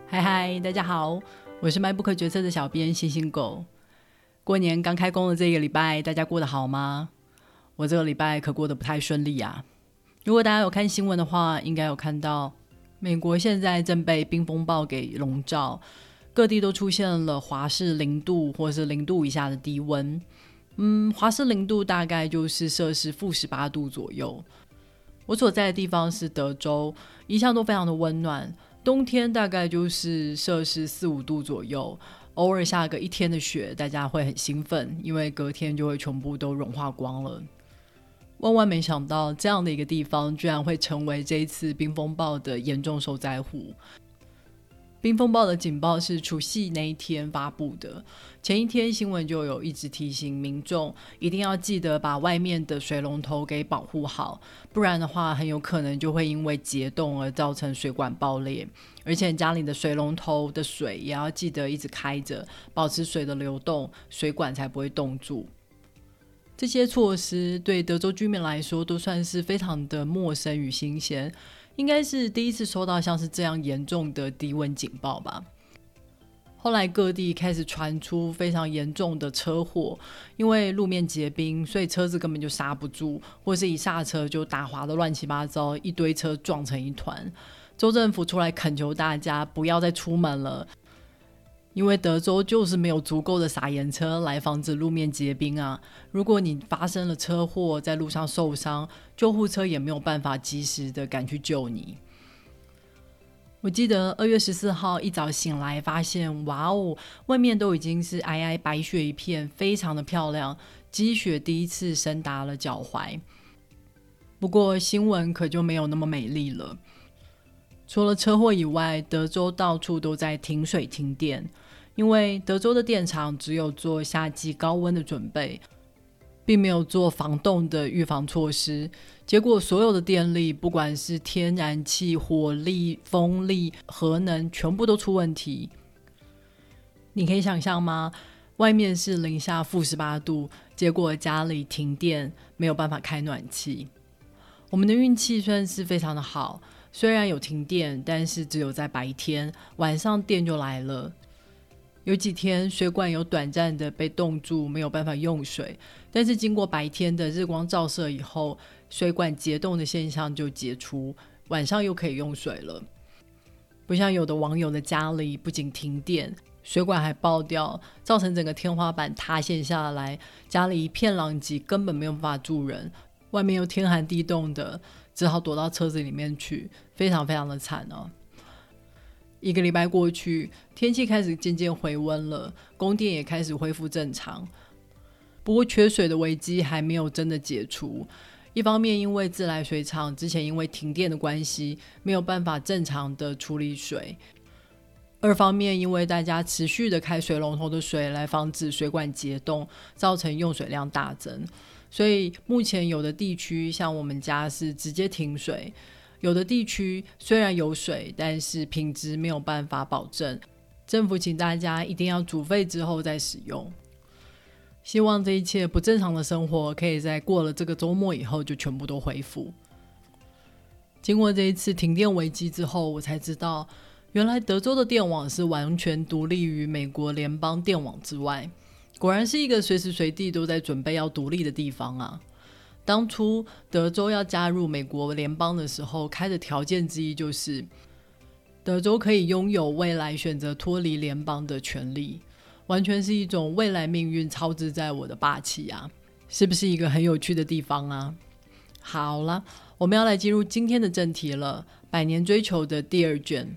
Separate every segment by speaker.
Speaker 1: 嗨嗨，大家好，我是卖不可决策的小编星星狗。过年刚开工的这个礼拜，大家过得好吗？我这个礼拜可过得不太顺利啊。如果大家有看新闻的话，应该有看到美国现在正被冰风暴给笼罩，各地都出现了华氏0度或是0度以下的低温。华氏0度大概就是摄氏-18度左右。我所在的地方是德州，一向都非常的温暖，冬天大概就是摄氏4-5度左右，偶尔下个一天的雪，大家会很兴奋，因为隔天就会全部都融化光了。万万没想到，这样的一个地方居然会成为这一次冰风暴的严重受灾户。冰风暴的警报是除夕那一天发布的，前一天新闻就有一直提醒民众一定要记得把外面的水龙头给保护好，不然的话很有可能就会因为结冻而造成水管爆裂，而且家里的水龙头的水也要记得一直开着，保持水的流动，水管才不会冻住。这些措施对德州居民来说都算是非常的陌生与新鲜，应该是第一次收到像是这样严重的低温警报吧。后来各地开始传出非常严重的车祸，因为路面结冰，所以车子根本就刹不住，或是一刹车就打滑的乱七八糟，一堆车撞成一团。州政府出来恳求大家不要再出门了，因为德州就是没有足够的撒盐车来防止路面结冰啊！如果你发生了车祸，在路上受伤，救护车也没有办法及时的赶去救你。我记得2月14号一早醒来，发现哇哦，外面都已经是皑皑白雪一片，非常的漂亮，积雪第一次深达了脚踝。不过新闻可就没有那么美丽了。除了车祸以外，德州到处都在停水停电，因为德州的电厂只有做夏季高温的准备，并没有做防冻的预防措施，结果所有的电力，不管是天然气、火力、风力、核能，全部都出问题。你可以想象吗？外面是零下-18度，结果家里停电，没有办法开暖气。我们的运气算是非常的好，虽然有停电，但是只有在白天，晚上电就来了。有几天水管有短暂的被冻住，没有办法用水，但是经过白天的日光照射以后，水管结冻的现象就解除，晚上又可以用水了。不像有的网友的家里不仅停电，水管还爆掉，造成整个天花板塌陷下来，家里一片狼藉，根本没有办法住人，外面又天寒地冻的，只好躲到车子里面去，非常非常的惨哦。1个礼拜过去，天气开始渐渐回温了，供电也开始恢复正常。不过缺水的危机还没有真的解除，一方面因为自来水厂之前因为停电的关系没有办法正常的处理水，二方面因为大家持续的开水龙头的水来防止水管结冻，造成用水量大增，所以目前有的地区像我们家是直接停水，有的地区虽然有水，但是品质没有办法保证，政府请大家一定要煮沸之后再使用。希望这一切不正常的生活可以在过了这个周末以后就全部都恢复。经过这一次停电危机之后，我才知道原来德州的电网是完全独立于美国联邦电网之外，果然是一个随时随地都在准备要独立的地方啊。当初德州要加入美国联邦的时候，开的条件之一就是德州可以拥有未来选择脱离联邦的权利，完全是一种未来命运操之在我的霸气啊，是不是一个很有趣的地方啊？好了，我们要来进入今天的正题了，百年追求的第2卷。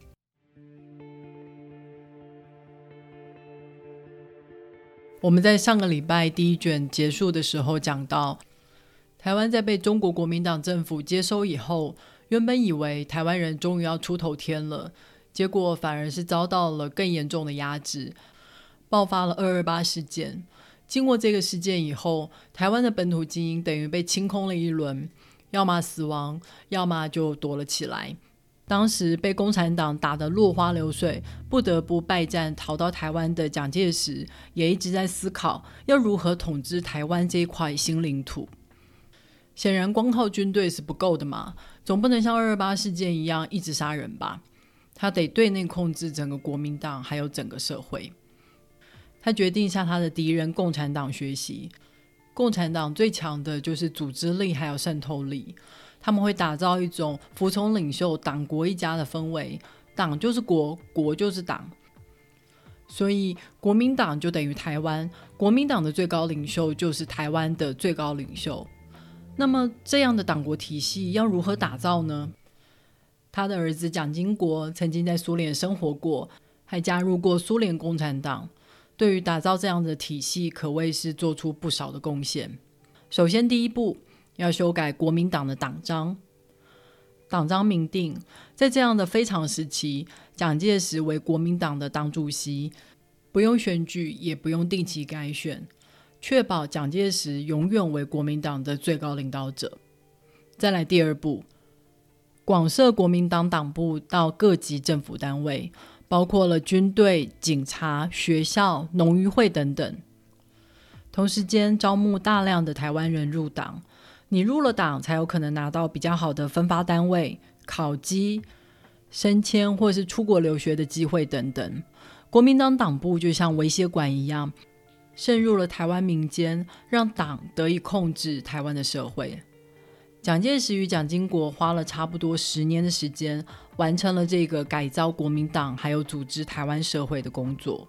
Speaker 1: 我们在上个礼拜第1卷结束的时候讲到，台湾在被中国国民党政府接收以后，原本以为台湾人终于要出头天了，结果反而是遭到了更严重的压制，爆发了228事件。经过这个事件以后，台湾的本土精英等于被清空了一轮，要么死亡，要么就躲了起来。当时被共产党打得落花流水，不得不败战逃到台湾的蒋介石，也一直在思考要如何统治台湾这一块新领土。显然光靠军队是不够的嘛，总不能像228事件一样一直杀人吧。 他得对内控制整个国民党还有整个社会。他决定向他的敌人共产党学习。共产党最强的就是组织力还有渗透力，他们会打造一种服从领袖党国一家的氛围，党就是国，国就是党。所以国民党就等于台湾，国民党的最高领袖就是台湾的最高领袖。那么这样的党国体系要如何打造呢？他的儿子蒋经国曾经在苏联生活过，还加入过苏联共产党，对于打造这样的体系可谓是做出不少的贡献。首先第一步，要修改国民党的党章。党章明定，在这样的非常时期，蒋介石为国民党的党主席，不用选举，也不用定期改选，确保蒋介石永远为国民党的最高领导者。再来第二步，广设国民党党部到各级政府单位，包括了军队、警察、学校、农渔会等等。同时间招募大量的台湾人入党，你入了党才有可能拿到比较好的分发单位、考绩、升迁或是出国留学的机会等等。国民党党部就像微血管一样，渗入了台湾民间，让党得以控制台湾的社会。蒋介石与蒋经国花了差不多10年的时间，完成了这个改造国民党还有组织台湾社会的工作。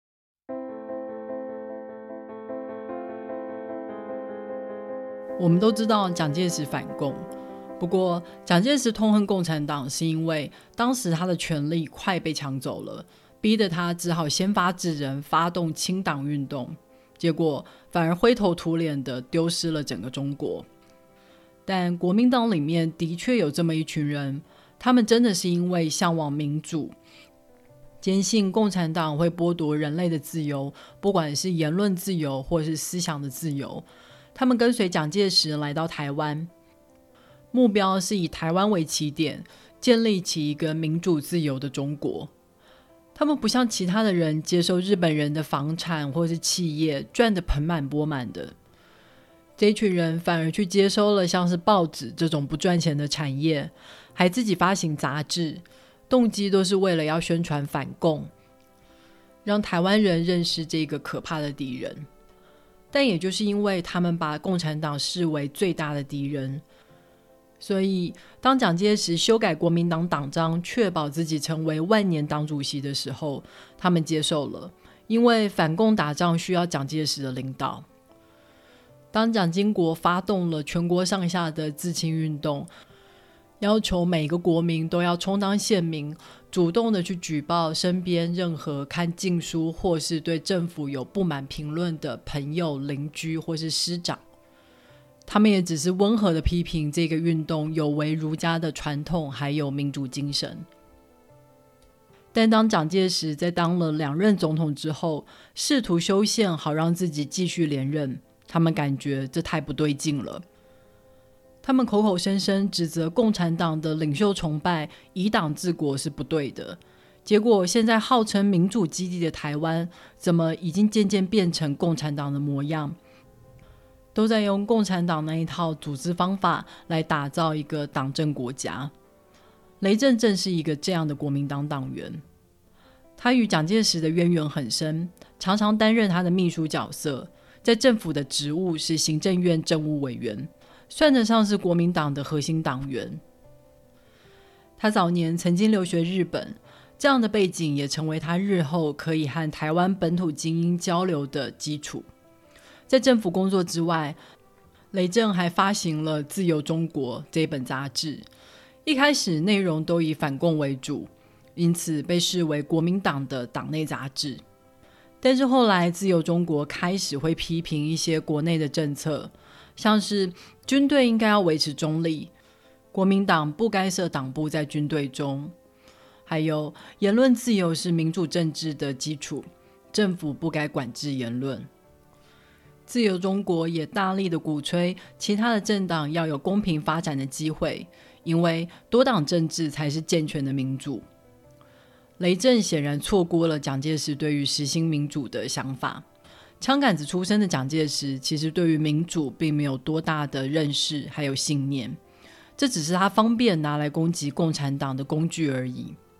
Speaker 1: 我们都知道蒋介石反共，不过蒋介石痛恨共产党是因为当时他的权力快被抢走了，逼得他只好先发制人，发动清党运动，结果反而灰头土脸的丢失了整个中国。但国民党里面的确有这么一群人，他们真的是因为向往民主，坚信共产党会剥夺人类的自由，不管是言论自由或是思想的自由。他们跟随蒋介石来到台湾，目标是以台湾为起点，建立起一个民主自由的中国。他们不像其他的人接受日本人的房产或是企业，赚得盆满钵满的。这群人反而去接收了像是报纸这种不赚钱的产业，还自己发行杂志，动机都是为了要宣传反共，让台湾人认识这个可怕的敌人。但也就是因为他们把共产党视为最大的敌人，所以当蒋介石修改国民党党章，确保自己成为万年党主席的时候，他们接受了，因为反共打仗需要蒋介石的领导。当蒋经国发动了全国上下的自清运动，要求每个国民都要充当县民，主动的去举报身边任何看禁书或是对政府有不满评论的朋友、邻居或是师长。他们也只是温和的批评这个运动有违儒家的传统还有民主精神。但当蒋介石在当了2任总统之后，试图修宪好让自己继续连任，他们感觉这太不对劲了。他们口口声声指责共产党的领袖崇拜、以党治国是不对的，结果现在号称民主基地的台湾，怎么已经渐渐变成共产党的模样？都在用共产党那一套组织方法来打造一个党政国家。雷震正是一个这样的国民党党员，他与蒋介石的渊源很深，常常担任他的秘书角色，在政府的职务是行政院政务委员，算得上是国民党的核心党员。他早年曾经留学日本，这样的背景也成为他日后可以和台湾本土精英交流的基础。在政府工作之外，雷震还发行了《自由中国》这本杂志，一开始内容都以反共为主，因此被视为国民党的党内杂志。但是后来《自由中国》开始会批评一些国内的政策，像是军队应该要维持中立，国民党不该设党部在军队中，还有言论自由是民主政治的基础，政府不该管制言论。自由中国也大力的鼓吹其他的政党要有公平发展的机会，因为多党政治才是健全的民主。雷震显然错估了蒋介石对于实行民主的想法。枪杆子出身的蒋介石其实对于民主并没有多大的认识还有信念，这只是他方便拿来攻击共产党的工具而已。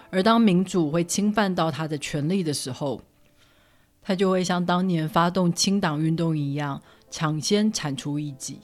Speaker 1: 而当民主会侵犯到他的权利的时候，他就会像当年发动清党运动一样，抢先铲除异己。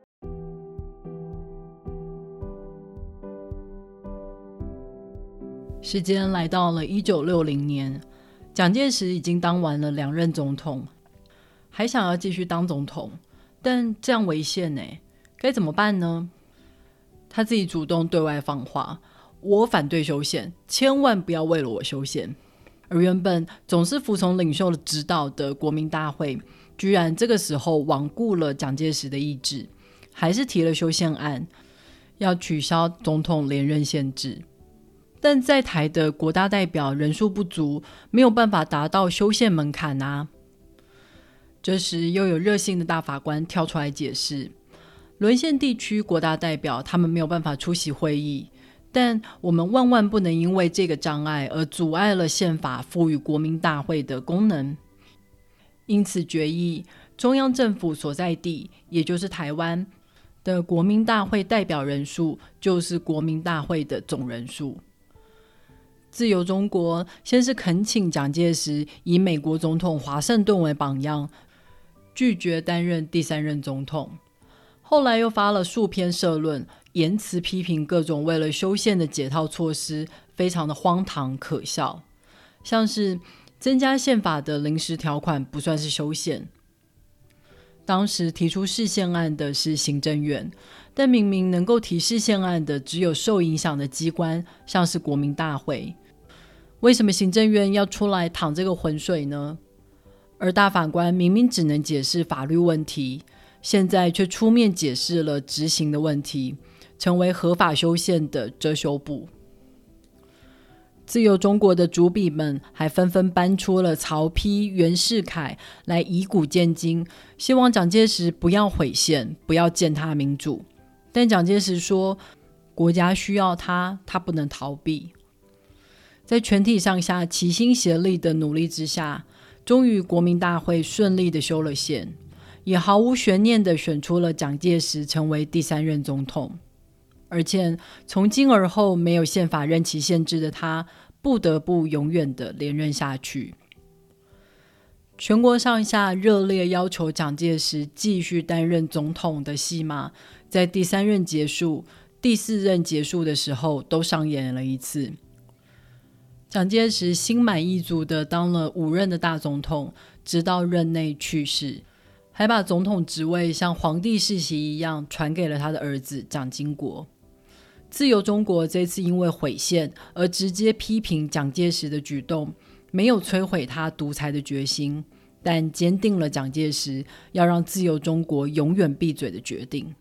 Speaker 1: 时间来到了1960年，蒋介石已经当完了2任总统，还想要继续当总统，但这样违宪该怎么办呢？他自己主动对外放话，我反对修宪，千万不要为了我修宪。而原本总是服从领袖的指导的国民大会，居然这个时候罔顾了蒋介石的意志，还是提了修宪案，要取消总统连任限制。但在台的国大代表人数不足，没有办法达到修宪门槛啊。这时又有热心的大法官跳出来解释，沦陷地区国大代表他们没有办法出席会议，但我们万万不能因为这个障碍而阻碍了宪法赋予国民大会的功能。因此决议，中央政府所在地，也就是台湾的国民大会代表人数就是国民大会的总人数。自由中国先是恳请蒋介石以美国总统华盛顿为榜样，拒绝担任第3任总统。后来又发了数篇社论，言辞批评各种为了修宪的解套措施，非常的荒唐可笑。像是增加宪法的临时条款不算是修宪。当时提出释宪案的是行政院，但明明能够提释宪案的只有受影响的机关，像是国民大会。为什么行政院要出来淌这个浑水呢？而大法官明明只能解释法律问题，现在却出面解释了执行的问题，成为合法修宪的遮羞布。自由中国的主笔们还纷纷搬出了曹丕、袁世凯来以古鉴今，希望蒋介石不要毁宪，不要践踏民主。但蒋介石说，国家需要他，他不能逃避。在全体上下齐心协力的努力之下，终于国民大会顺利的修了宪，也毫无悬念的选出了蒋介石成为第3任总统。而且从今而后没有宪法任期限制的他，不得不永远的连任下去。全国上下热烈要求蒋介石继续担任总统的戏码，在第3任结束、第4任结束的时候都上演了一次。蒋介石心满意足的当了5任的大总统，直到任内去世，还把总统职位像皇帝世袭一样传给了他的儿子蒋经国。自由中国这次因为毁宪而直接批评蒋介石的举动，没有摧毁他独裁的决心，但坚定了蒋介石要让自由中国永远闭嘴的决定。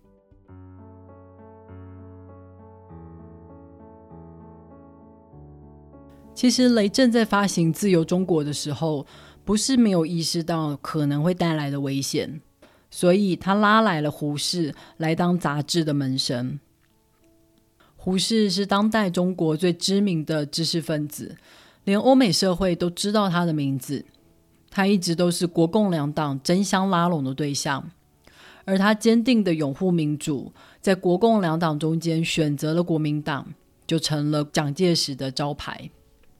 Speaker 1: 其实雷震在发行自由中国的时候，不是没有意识到可能会带来的危险，所以他拉来了胡适来当杂志的门生。胡适是当代中国最知名的知识分子，连欧美社会都知道他的名字。他一直都是国共两党争相拉拢的对象，而他坚定的拥护民主，在国共两党中间选择了国民党，就成了蒋介石的招牌。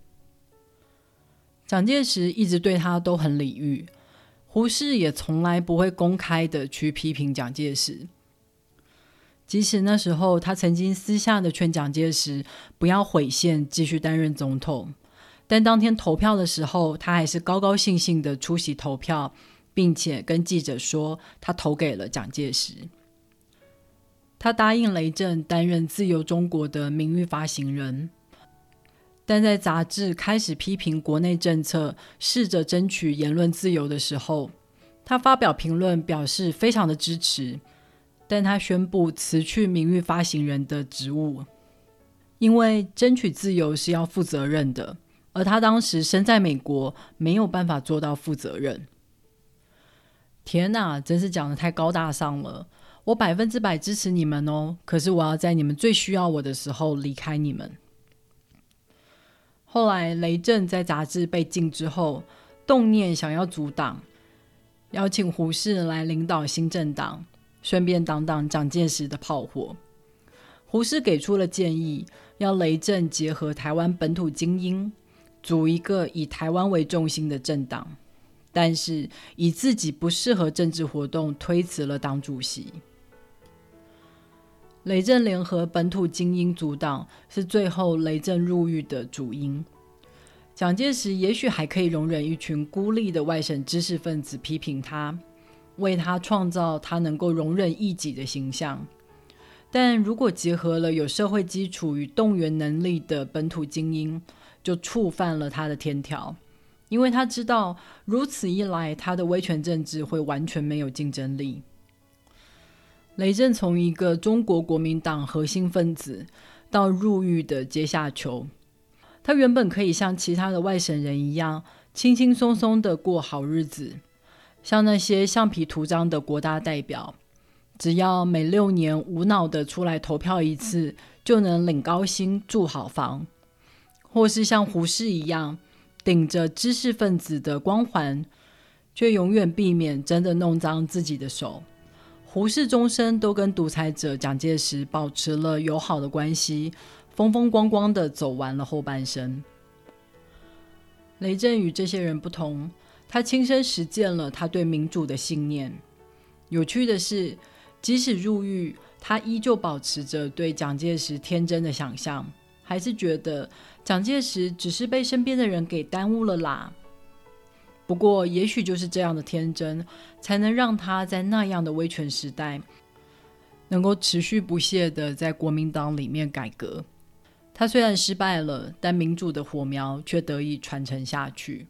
Speaker 1: 蒋介石一直对他都很礼遇，胡适也从来不会公开的去批评蒋介石。即使那时候他曾经私下的劝蒋介石不要毁宪，继续担任总统，但当天投票的时候，他还是高高兴兴的出席投票，并且跟记者说他投给了蒋介石。他答应雷震担任自由中国的名誉发行人，但在杂志开始批评国内政策，试着争取言论自由的时候，他发表评论表示非常的支持，但他宣布辞去名誉发行人的职务，因为争取自由是要负责任的，而他当时身在美国，没有办法做到负责任。天哪，真是讲得太高大上了，我100%支持你们哦，可是我要在你们最需要我的时候离开你们。后来雷震在杂志被禁之后，动念想要阻挡，邀请胡适来领导新政党，顺便挡挡蒋介石的炮火。胡适给出了建议， 要雷震结合台湾本土精英，组一个以台湾为重心的政党，但是以自己不适合政治活动推辞了党主席。雷震联合本土精英组党是最后雷震入狱的主因。蒋介石也许还可以容忍一群孤立的外省知识分子批评他，为他创造他能够容忍异己的形象，但如果结合了有社会基础与动员能力的本土精英，就触犯了他的天条，因为他知道如此一来他的威权政治会完全没有竞争力。雷震从一个中国国民党核心分子到入狱的阶下囚，他原本可以像其他的外省人一样轻轻松松的过好日子，像那些橡皮图章的国大代表，只要每6年无脑的出来投票一次，就能领高薪住好房，或是像胡适一样顶着知识分子的光环，却永远避免真的弄脏自己的手。胡适终身都跟独裁者蒋介石保持了友好的关系，风风光光的走完了后半生。雷震与这些人不同，他亲身实践了他对民主的信念。有趣的是，即使入狱，他依旧保持着对蒋介石天真的想象，还是觉得蒋介石只是被身边的人给耽误了啦。不过也许就是这样的天真，才能让他在那样的威权时代能够持续不懈地在国民党里面改革。他虽然失败了，但民主的火苗却得以传承下去。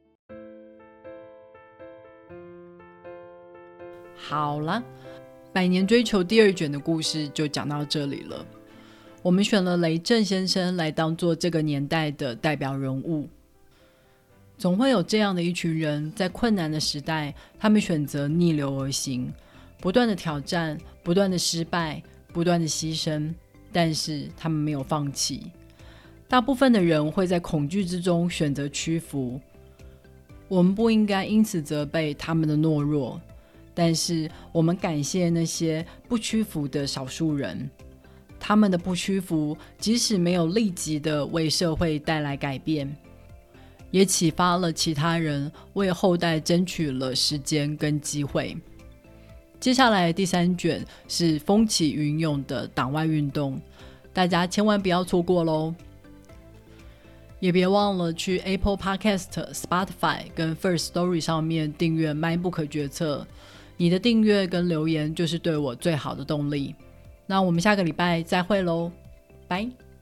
Speaker 1: 好了，100年追求第2卷的故事就讲到这里了。我们选了雷震先生来当做这个年代的代表人物。总会有这样的一群人，在困难的时代，他们选择逆流而行，不断的挑战，不断的失败，不断的牺牲，但是他们没有放弃。大部分的人会在恐惧之中选择屈服，我们不应该因此责备他们的懦弱，但是我们感谢那些不屈服的少数人，他们的不屈服即使没有立即的为社会带来改变，也启发了其他人，为后代争取了时间跟机会。接下来第3卷是风起云涌的党外运动，大家千万不要错过咯。也别忘了去 Apple Podcast、Spotify 跟 First Story 上面订阅麦不可决策，你的订阅跟留言就是对我最好的动力。那我们下个礼拜再会咯，拜。